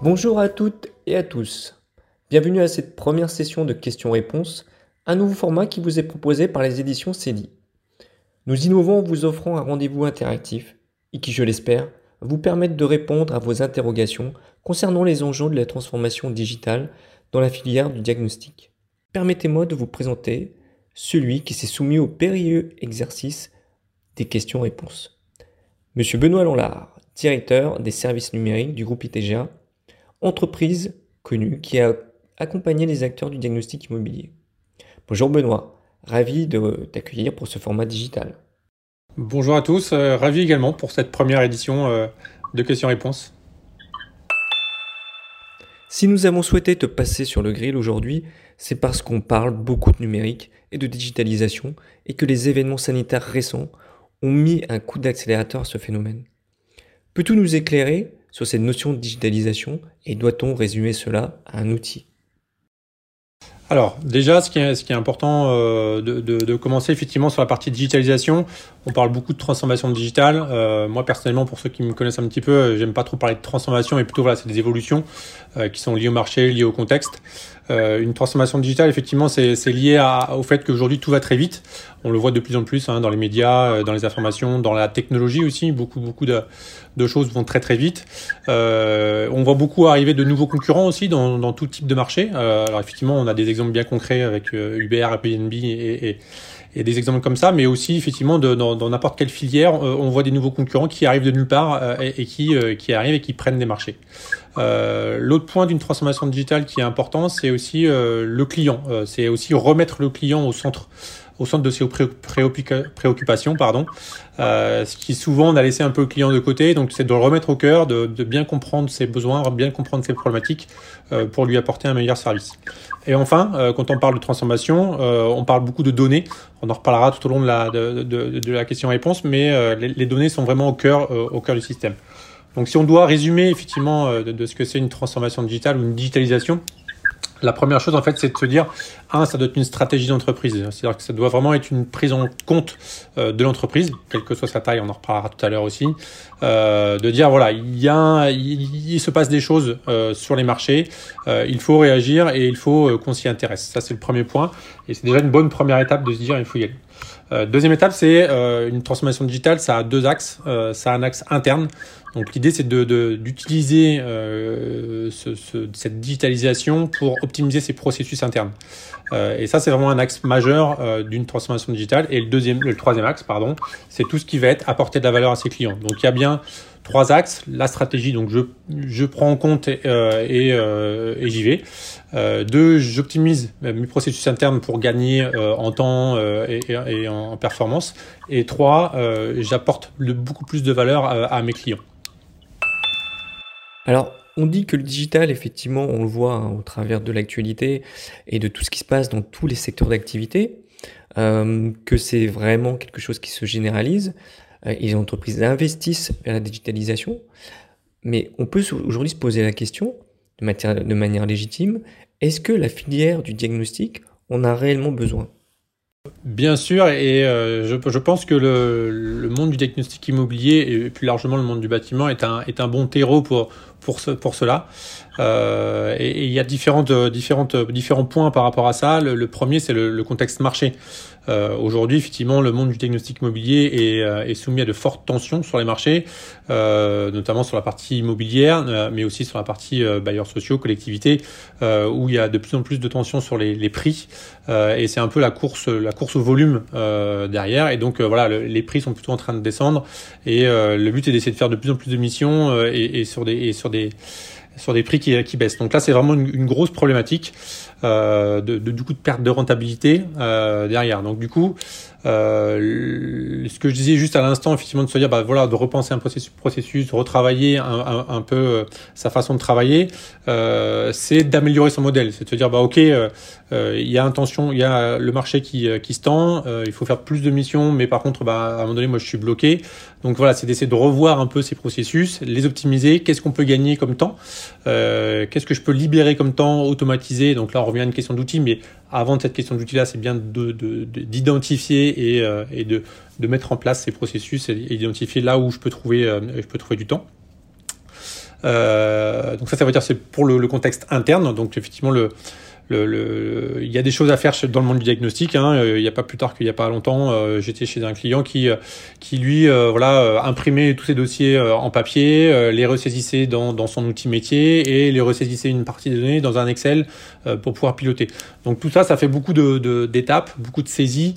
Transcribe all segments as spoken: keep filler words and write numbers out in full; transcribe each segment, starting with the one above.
Bonjour à toutes et à tous. Bienvenue à cette première session de questions-réponses, un nouveau format qui vous est proposé par les éditions Cédille. Nous innovons en vous offrant un rendez-vous interactif et qui, je l'espère, vous permettre de répondre à vos interrogations concernant les enjeux de la transformation digitale dans la filière du diagnostic. Permettez-moi de vous présenter celui qui s'est soumis au périlleux exercice des questions-réponses. Monsieur Benoît Lanlard, directeur des services numériques du groupe I T G A, entreprise connue qui a accompagné les acteurs du diagnostic immobilier. Bonjour Benoît, ravi de t'accueillir pour ce format digital. Bonjour à tous, euh, ravi également pour cette première édition euh, de questions-réponses. Si nous avons souhaité te passer sur le grill aujourd'hui, c'est parce qu'on parle beaucoup de numérique et de digitalisation et que les événements sanitaires récents ont mis un coup d'accélérateur à ce phénomène. Peux-tu nous éclairer sur cette notion de digitalisation et doit-on résumer cela à un outil ? Alors déjà, ce qui est, ce qui est important euh, de, de, de commencer effectivement sur la partie digitalisation, on parle beaucoup de transformation digitale. Euh, moi personnellement, pour ceux qui me connaissent un petit peu, j'aime pas trop parler de transformation, mais plutôt voilà, c'est des évolutions euh, qui sont liées au marché, liées au contexte. Euh, une transformation digitale, effectivement, c'est, c'est lié à, au fait qu'aujourd'hui tout va très vite. On le voit de plus en plus hein, dans les médias, dans les informations, dans la technologie aussi. Beaucoup, beaucoup de, de choses vont très très vite. Euh, on voit beaucoup arriver de nouveaux concurrents aussi dans, dans tout type de marché. Euh, alors effectivement, on a des exemples bien concrets avec euh, Uber, Airbnb et, et et des exemples comme ça, mais aussi effectivement de, dans, dans n'importe quelle filière, euh, on voit des nouveaux concurrents qui arrivent de nulle part euh, et, et qui, euh, qui arrivent et qui prennent des marchés. Euh, l'autre point d'une transformation digitale qui est important, c'est aussi euh, le client. Euh, c'est aussi remettre le client au centre au centre de ses préoccupations, pardon. Euh, ce qui souvent on a laissé un peu le client de côté, donc c'est de le remettre au cœur, de, de bien comprendre ses besoins, bien comprendre ses problématiques euh, pour lui apporter un meilleur service. Et enfin, euh, quand on parle de transformation, euh, on parle beaucoup de données. On en reparlera tout au long de la, de, de, de la question-réponse, mais euh, les, les données sont vraiment au cœur, euh, au cœur du système. Donc si on doit résumer effectivement euh, de, de ce que c'est une transformation digitale ou une digitalisation, la première chose, en fait, c'est de se dire, un, ça doit être une stratégie d'entreprise. C'est-à-dire que ça doit vraiment être une prise en compte euh, de l'entreprise, quelle que soit sa taille, on en reparlera tout à l'heure aussi, euh, de dire, voilà, il y a, un, il, il se passe des choses euh, sur les marchés, euh, il faut réagir et il faut euh, qu'on s'y intéresse. Ça, c'est le premier point. Et c'est déjà une bonne première étape de se dire, il faut y aller. Euh, deuxième étape, c'est euh, une transformation digitale, ça a deux axes. Euh, ça a un axe interne. Donc l'idée, c'est de, de, d'utiliser euh, ce, ce, cette digitalisation pour optimiser ses processus internes. Euh, et ça, c'est vraiment un axe majeur euh, d'une transformation digitale. Et le deuxième, le troisième axe, pardon, c'est tout ce qui va être apporter de la valeur à ses clients. Donc il y a bien trois axes. La stratégie, donc je, je prends en compte et, euh, et, euh, et j'y vais. Euh, deux, j'optimise mes processus internes pour gagner euh, en temps euh, et, et, et en performance. Et trois, euh, j'apporte le, beaucoup plus de valeur à, à mes clients. Alors, on dit que le digital, effectivement, on le voit hein, au travers de l'actualité et de tout ce qui se passe dans tous les secteurs d'activité, euh, que c'est vraiment quelque chose qui se généralise. Euh, et les entreprises investissent vers la digitalisation. Mais on peut aujourd'hui se poser la question, de, matière, de manière légitime, est-ce que la filière du diagnostic en a réellement besoin ? Bien sûr, et euh, je, je pense que le, le monde du diagnostic immobilier et plus largement le monde du bâtiment est un, est un bon terreau pour, pour, ce, pour cela. Euh, et, et il y a différentes, différentes, différents points par rapport à ça. Le, le premier, c'est le, le contexte marché. Euh, aujourd'hui, effectivement, le monde du diagnostic immobilier est, euh, est soumis à de fortes tensions sur les marchés, euh, notamment sur la partie immobilière, euh, mais aussi sur la partie euh, bailleurs sociaux, collectivités, euh, où il y a de plus en plus de tensions sur les, les prix. Euh, et c'est un peu la course, la course au volume euh, derrière. Et donc, euh, voilà, le, les prix sont plutôt en train de descendre. Et euh, le but est d'essayer de faire de plus en plus de missions euh, et, et sur des, et sur des sur des prix qui, qui baissent. Donc là, c'est vraiment une, une grosse problématique euh, de, de, du coup de perte de rentabilité euh, derrière. Donc du coup, euh, ce que je disais juste à l'instant, effectivement, de se dire, bah voilà, de repenser un processus, processus de retravailler un, un, un peu euh, sa façon de travailler, euh, c'est d'améliorer son modèle. C'est de se dire, bah ok, euh, euh, il y a intention, il y a le marché qui, qui se tend, euh, il faut faire plus de missions, mais par contre, bah à un moment donné, moi, je suis bloqué. Donc voilà, c'est d'essayer de revoir un peu ces processus, les optimiser. Qu'est-ce qu'on peut gagner comme temps? Euh, qu'est-ce que je peux libérer comme temps, automatiser? Donc là, on revient à une question d'outils, mais avant de cette question d'outils-là, c'est bien de, de, de, d'identifier et, euh, et de, de mettre en place ces processus et, et d'identifier là où je peux trouver, euh, je peux trouver du temps. Euh, donc ça, ça veut dire c'est pour le, le contexte interne. Donc effectivement, le Le, le, il y a des choses à faire dans le monde du diagnostic. Hein. Il n'y a pas plus tard qu'il n'y a pas longtemps, euh, j'étais chez un client qui, qui lui, euh, voilà, euh, imprimait tous ses dossiers euh, en papier, euh, les ressaisissait dans, dans son outil métier et les ressaisissait une partie des données dans un Excel euh, pour pouvoir piloter. Donc tout ça, ça fait beaucoup de, de, d'étapes, beaucoup de saisies,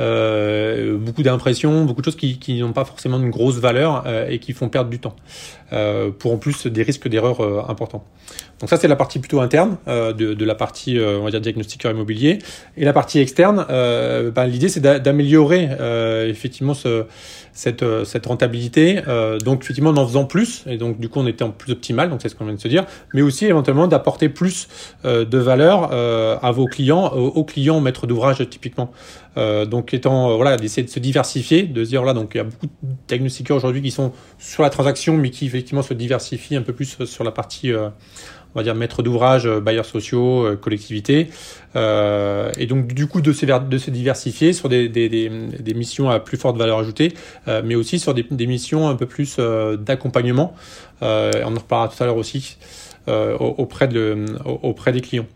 euh, beaucoup d'impressions, beaucoup de choses qui, qui n'ont pas forcément une grosse valeur euh, et qui font perdre du temps. Euh, pour en plus des risques d'erreur euh, importants. Donc ça, c'est la partie plutôt interne euh, de, de la partie, euh, on va dire, diagnostiqueur immobilier. Et la partie externe, euh, ben, l'idée, c'est d'a- d'améliorer euh, effectivement ce, cette, euh, cette rentabilité. Euh, donc effectivement, en en faisant plus, et donc du coup, on était en plus optimal, donc c'est ce qu'on vient de se dire, mais aussi éventuellement d'apporter plus euh, de valeur euh, à vos clients, aux, aux clients maîtres d'ouvrage typiquement. Euh, donc étant euh, voilà, d'essayer de se diversifier, de se dire là, donc il y a beaucoup de diagnostiqueurs aujourd'hui qui sont sur la transaction, mais qui effectivement se diversifient un peu plus sur la partie, euh, on va dire maître d'ouvrage, bailleurs sociaux, euh, collectivités, euh, et donc du coup de se, de se diversifier sur des, des, des, des missions à plus forte valeur ajoutée, euh, mais aussi sur des, des missions un peu plus euh, d'accompagnement. Euh, on en reparlera tout à l'heure aussi euh, auprès de auprès des clients.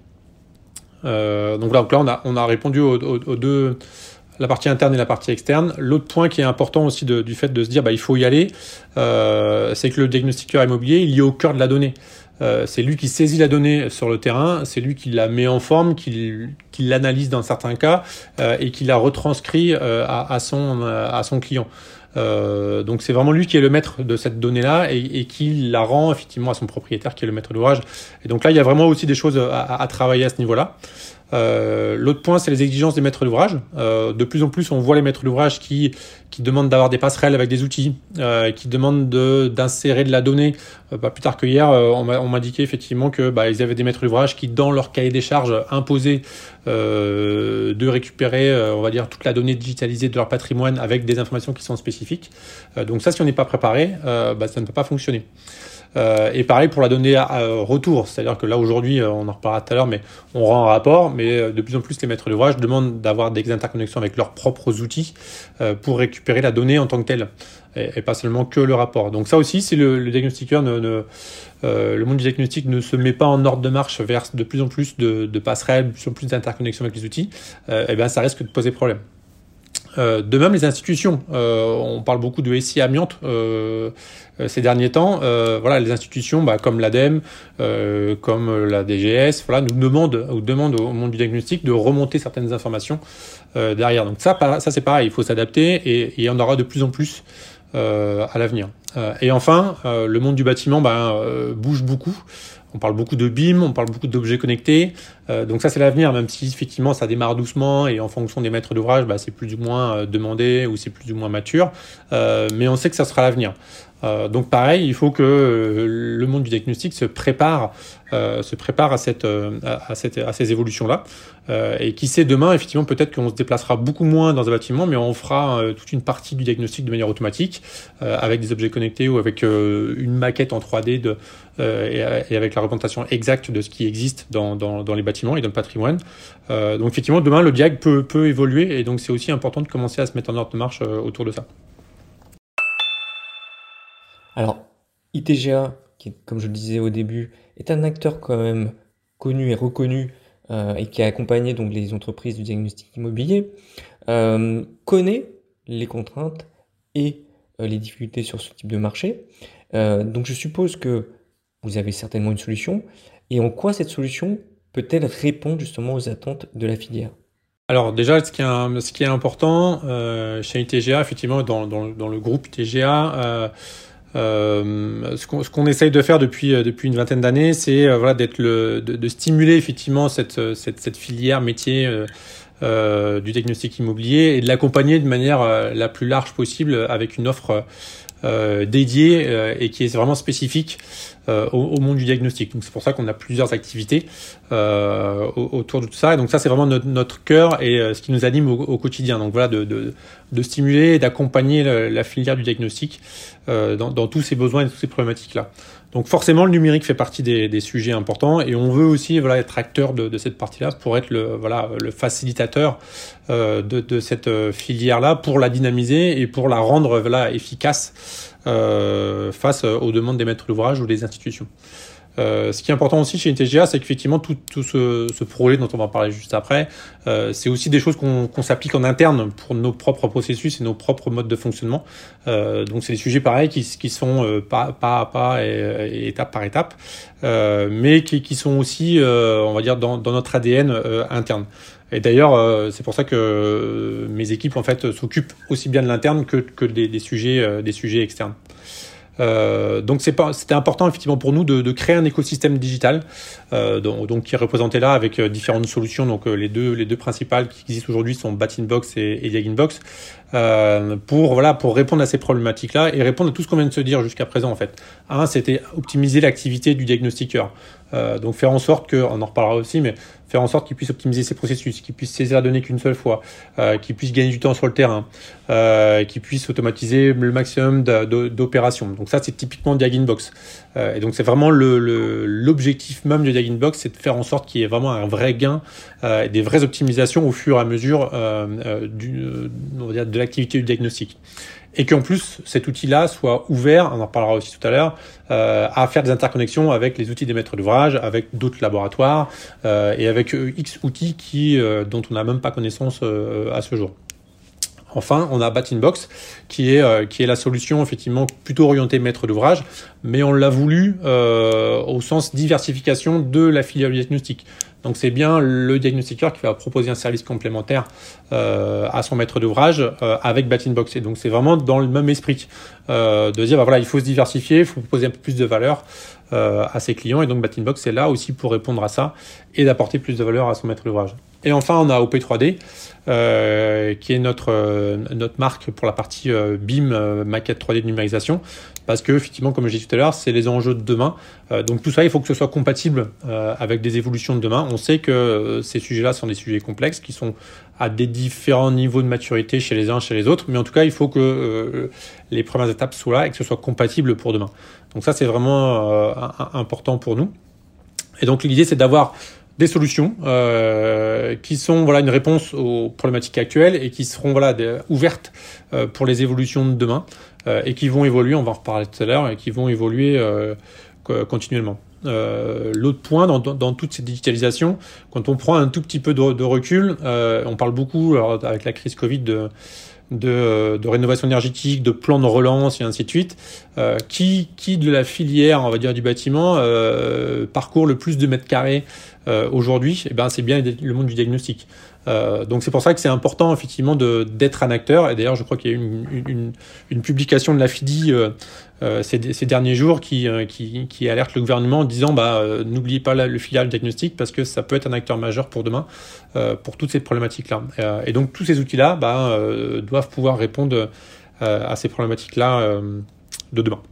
Euh, donc là, donc là, on a on a répondu aux, aux, aux deux, la partie interne et la partie externe. L'autre point qui est important aussi de, du fait de se dire bah il faut y aller, euh, c'est que le diagnostiqueur immobilier il est au cœur de la donnée. Euh, c'est lui qui saisit la donnée sur le terrain, c'est lui qui la met en forme, qui, qui l'analyse dans certains cas euh, et qui la retranscrit euh, à, à son à son client. Euh, donc c'est vraiment lui qui est le maître de cette donnée-là et, et qui la rend effectivement à son propriétaire qui est le maître d'ouvrage. Et donc là, il y a vraiment aussi des choses à, à travailler à ce niveau-là. Euh, l'autre point, c'est les exigences des maîtres d'ouvrage. Euh, de plus en plus, on voit les maîtres d'ouvrage qui qui demandent d'avoir des passerelles avec des outils, euh, qui demandent de d'insérer de la donnée. Euh, pas plus tard que hier, euh, on m'a on m'a indiqué effectivement que bah ils avaient des maîtres d'ouvrage qui, dans leur cahier des charges, imposaient euh, de récupérer, euh, on va dire, toute la donnée digitalisée de leur patrimoine avec des informations qui sont spécifiques. Euh, donc ça, si on n'est pas préparé, euh, bah, ça ne peut pas fonctionner. Euh, et pareil pour la donnée à, à retour, c'est-à-dire que là aujourd'hui, on en reparlera tout à l'heure, mais on rend un rapport, mais de plus en plus les maîtres d'ouvrage demandent d'avoir des interconnexions avec leurs propres outils euh, pour récupérer la donnée en tant que telle, et, et pas seulement que le rapport. Donc ça aussi, si le, le diagnostiqueur, ne, ne, euh, le monde du diagnostic ne se met pas en ordre de marche vers de plus en plus de, de passerelles, de plus en plus d'interconnexions avec les outils, euh, et ben ça risque de poser problème. Euh, de même, les institutions. Euh, on parle beaucoup de S I amiante euh, ces derniers temps. Euh, voilà, les institutions, bah, comme l'ADEME, euh, comme la D G S, voilà, nous demandent ou demandent au monde du diagnostic de remonter certaines informations euh, derrière. Donc ça, ça c'est pareil. Il faut s'adapter et, et il y en aura de plus en plus euh, à l'avenir. Euh, et enfin, euh, le monde du bâtiment bah, euh, bouge beaucoup. On parle beaucoup de B I M, on parle beaucoup d'objets connectés. Euh, donc ça, c'est l'avenir, même si effectivement ça démarre doucement et en fonction des maîtres d'ouvrage, bah, c'est plus ou moins euh, demandé ou c'est plus ou moins mature. Euh, mais on sait que ça sera l'avenir. Euh, donc pareil, il faut que euh, le monde du diagnostic se prépare, euh, se prépare à cette, euh, à, cette, à ces évolutions-là. Euh, et qui sait demain, effectivement, peut-être qu'on se déplacera beaucoup moins dans un bâtiment, mais on fera euh, toute une partie du diagnostic de manière automatique, euh, avec des objets connectés ou avec euh, une maquette en trois D de, euh, et, et avec la représentation exacte de ce qui existe dans, dans, dans les bâtiments et dans le patrimoine. Euh, donc effectivement, demain, le diag peut, peut évoluer et donc c'est aussi important de commencer à se mettre en ordre de marche euh, autour de ça. Alors, I T G A, qui, comme je le disais au début, est un acteur quand même connu et reconnu euh, et qui a accompagné donc les entreprises du diagnostic immobilier, euh, connaît les contraintes et euh, les difficultés sur ce type de marché. Euh, donc, je suppose que vous avez certainement une solution. Et en quoi cette solution peut-elle répondre justement aux attentes de la filière ? Alors déjà, ce qui est, ce qui est important euh, chez I T G A, effectivement, dans, dans, dans le groupe I T G A, euh, Euh, ce qu'on ce qu'on essaye de faire depuis depuis une vingtaine d'années, c'est euh, voilà d'être le de, de stimuler effectivement cette cette cette filière métier euh, euh, du diagnostic immobilier et de l'accompagner de manière euh, la plus large possible avec une offre euh, dédiée euh, et qui est vraiment spécifique euh, au, au monde du diagnostic. Donc c'est pour ça qu'on a plusieurs activités euh, autour de tout ça. Et donc ça c'est vraiment notre, notre cœur et euh, ce qui nous anime au, au quotidien. Donc voilà de de, de stimuler et d'accompagner la, la filière du diagnostic euh, dans, dans tous ses besoins et toutes ces problématiques là. Donc forcément, le numérique fait partie des, des sujets importants et on veut aussi voilà, être acteur de, de cette partie-là pour être le, voilà, le facilitateur euh, de, de cette filière-là, pour la dynamiser et pour la rendre voilà, efficace euh, face aux demandes des maîtres d'ouvrage ou des institutions. Euh, ce qui est important aussi chez N T G A, c'est qu'effectivement tout, tout ce, ce projet dont on va parler juste après, euh, c'est aussi des choses qu'on qu'on s'applique en interne pour nos propres processus et nos propres modes de fonctionnement. Euh, donc c'est des sujets pareils qui, qui sont euh, pas, pas à pas et, et étape par étape, euh, mais qui, qui sont aussi, euh, on va dire, dans, dans notre A D N euh, interne. Et d'ailleurs, euh, c'est pour ça que euh, mes équipes en fait s'occupent aussi bien de l'interne que, que des, des sujets, euh, des sujets externes. Euh, donc c'est pas, c'était important effectivement pour nous de, de créer un écosystème digital, euh, donc, donc qui est représenté là avec euh, différentes solutions. Donc euh, les deux les deux principales qui existent aujourd'hui sont Bat-in-Box et, et Diag-in-Box, euh, pour voilà pour répondre à ces problématiques là et répondre à tout ce qu'on vient de se dire jusqu'à présent en fait. Un, c'était optimiser l'activité du diagnostiqueur, euh, donc faire en sorte que, on en reparlera aussi, mais faire en sorte qu'il puisse optimiser ses processus, qu'il puisse saisir la donnée qu'une seule fois, euh, qu'il puisse gagner du temps sur le terrain, euh, qu'il puisse automatiser le maximum d'opérations. Donc ça, c'est typiquement Diag-in-Box. Euh, et donc c'est vraiment le, le, l'objectif même de Diag-in-Box, c'est de faire en sorte qu'il y ait vraiment un vrai gain, euh, et des vraies optimisations au fur et à mesure euh, euh, du, on va dire, de l'activité du diagnostic. Et qu'en plus, cet outil-là soit ouvert, on en reparlera aussi tout à l'heure, euh, à faire des interconnexions avec les outils des maîtres d'ouvrage, avec d'autres laboratoires, euh, et avec euh, X outils qui, euh, dont on n'a même pas connaissance euh, à ce jour. Enfin, on a Bat-in-Box, qui est euh, qui est la solution effectivement plutôt orientée maître d'ouvrage, mais on l'a voulu euh, au sens diversification de la filière du diagnostic. Donc c'est bien le diagnostiqueur qui va proposer un service complémentaire euh, à son maître d'ouvrage euh, avec Bat-in-Box. Et donc c'est vraiment dans le même esprit euh, de dire bah voilà, il faut se diversifier, il faut proposer un peu plus de valeur euh, à ses clients. Et donc Bat-in-Box est là aussi pour répondre à ça et d'apporter plus de valeur à son maître d'ouvrage. Et enfin, on a O P trois D, euh, qui est notre euh, notre marque pour la partie euh, B I M, euh, maquette trois D de numérisation, parce que effectivement, comme je disais tout à l'heure, c'est les enjeux de demain. Euh, donc tout ça, il faut que ce soit compatible euh, avec des évolutions de demain. On sait que euh, ces sujets-là sont des sujets complexes, qui sont à des différents niveaux de maturité chez les uns, chez les autres, mais en tout cas, il faut que euh, les premières étapes soient là et que ce soit compatible pour demain. Donc ça, c'est vraiment euh, important pour nous. Et donc l'idée, c'est d'avoir des solutions euh, qui sont voilà une réponse aux problématiques actuelles et qui seront voilà des, ouvertes euh, pour les évolutions de demain euh, et qui vont évoluer, on va en reparler tout à l'heure, et qui vont évoluer euh, continuellement. Euh, l'autre point dans, dans, dans toute cette digitalisation, quand on prend un tout petit peu de, de recul, euh, on parle beaucoup alors, avec la crise Covid de De, de rénovation énergétique, de plan de relance et ainsi de suite, euh, qui, qui de la filière, on va dire, du bâtiment euh, parcourt le plus de mètres carrés euh, aujourd'hui, et ben c'est bien le monde du diagnostic. Euh, donc c'est pour ça que c'est important effectivement de d'être un acteur. Et d'ailleurs, je crois qu'il y a eu une, une, une publication de la F I D I euh, euh, ces, ces derniers jours qui, euh, qui, qui alerte le gouvernement en disant bah euh, n'oubliez pas la, le filial diagnostic parce que ça peut être un acteur majeur pour demain euh, pour toutes ces problématiques-là. Euh, et donc tous ces outils-là bah, euh, doivent pouvoir répondre euh, à ces problématiques-là euh, de demain.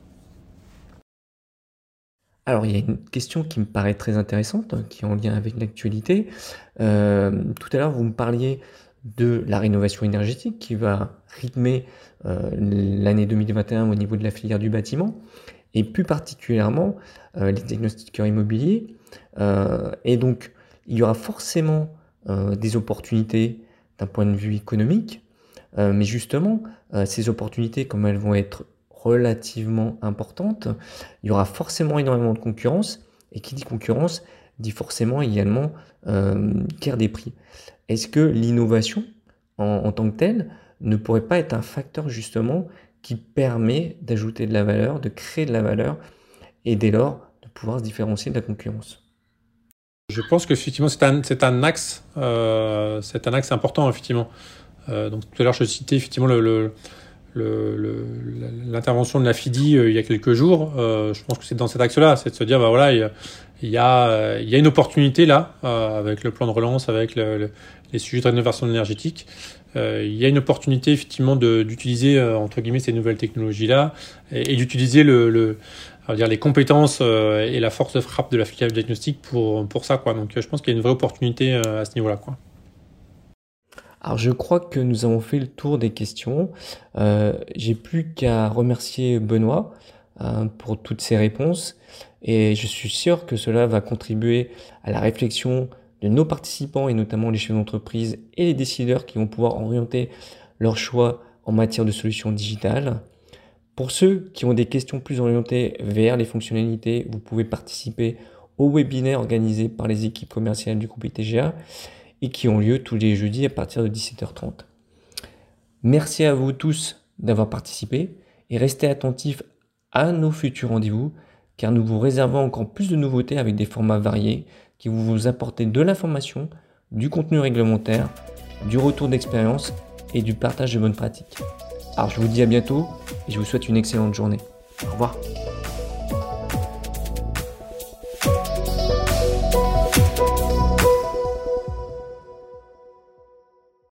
Alors, il y a une question qui me paraît très intéressante, qui est en lien avec l'actualité. Euh, tout à l'heure, vous me parliez de la rénovation énergétique qui va rythmer euh, l'année deux mille vingt et un au niveau de la filière du bâtiment, et plus particulièrement euh, les diagnostiqueurs immobiliers. Euh, et donc, il y aura forcément euh, des opportunités d'un point de vue économique, euh, mais justement, euh, ces opportunités, comme elles vont être relativement importante, il y aura forcément énormément de concurrence, et qui dit concurrence dit forcément également euh, guerre des prix. Est-ce que l'innovation en, en tant que telle ne pourrait pas être un facteur justement qui permet d'ajouter de la valeur, de créer de la valeur et dès lors de pouvoir se différencier de la concurrence? Je pense que effectivement c'est un c'est un axe euh, c'est un axe important effectivement. Euh, donc tout à l'heure je citais effectivement le, le Le, le, l'intervention de la F I D I euh, il y a quelques jours, euh, je pense que c'est dans cet axe-là, c'est de se dire, bah voilà, il y a, il y a, euh, il y a une opportunité là, euh, avec le plan de relance, avec le, le, les sujets de rénovation énergétique. Euh, il y a une opportunité effectivement de, d'utiliser euh, entre guillemets ces nouvelles technologies-là et, et d'utiliser le, le, on va dire les compétences euh, et la force de frappe de la filière diagnostique pour pour ça quoi. Donc je pense qu'il y a une vraie opportunité euh, à ce niveau-là quoi. Alors je crois que nous avons fait le tour des questions. Euh, j'ai plus qu'à remercier Benoît euh, pour toutes ces réponses et je suis sûr que cela va contribuer à la réflexion de nos participants et notamment les chefs d'entreprise et les décideurs qui vont pouvoir orienter leurs choix en matière de solutions digitales. Pour ceux qui ont des questions plus orientées vers les fonctionnalités, vous pouvez participer au webinaire organisé par les équipes commerciales du groupe I T G A et qui ont lieu tous les jeudis à partir de dix-sept heures trente. Merci à vous tous d'avoir participé et restez attentifs à nos futurs rendez-vous car nous vous réservons encore plus de nouveautés avec des formats variés qui vont vous apporter de l'information, du contenu réglementaire, du retour d'expérience et du partage de bonnes pratiques. Alors je vous dis à bientôt et je vous souhaite une excellente journée. Au revoir.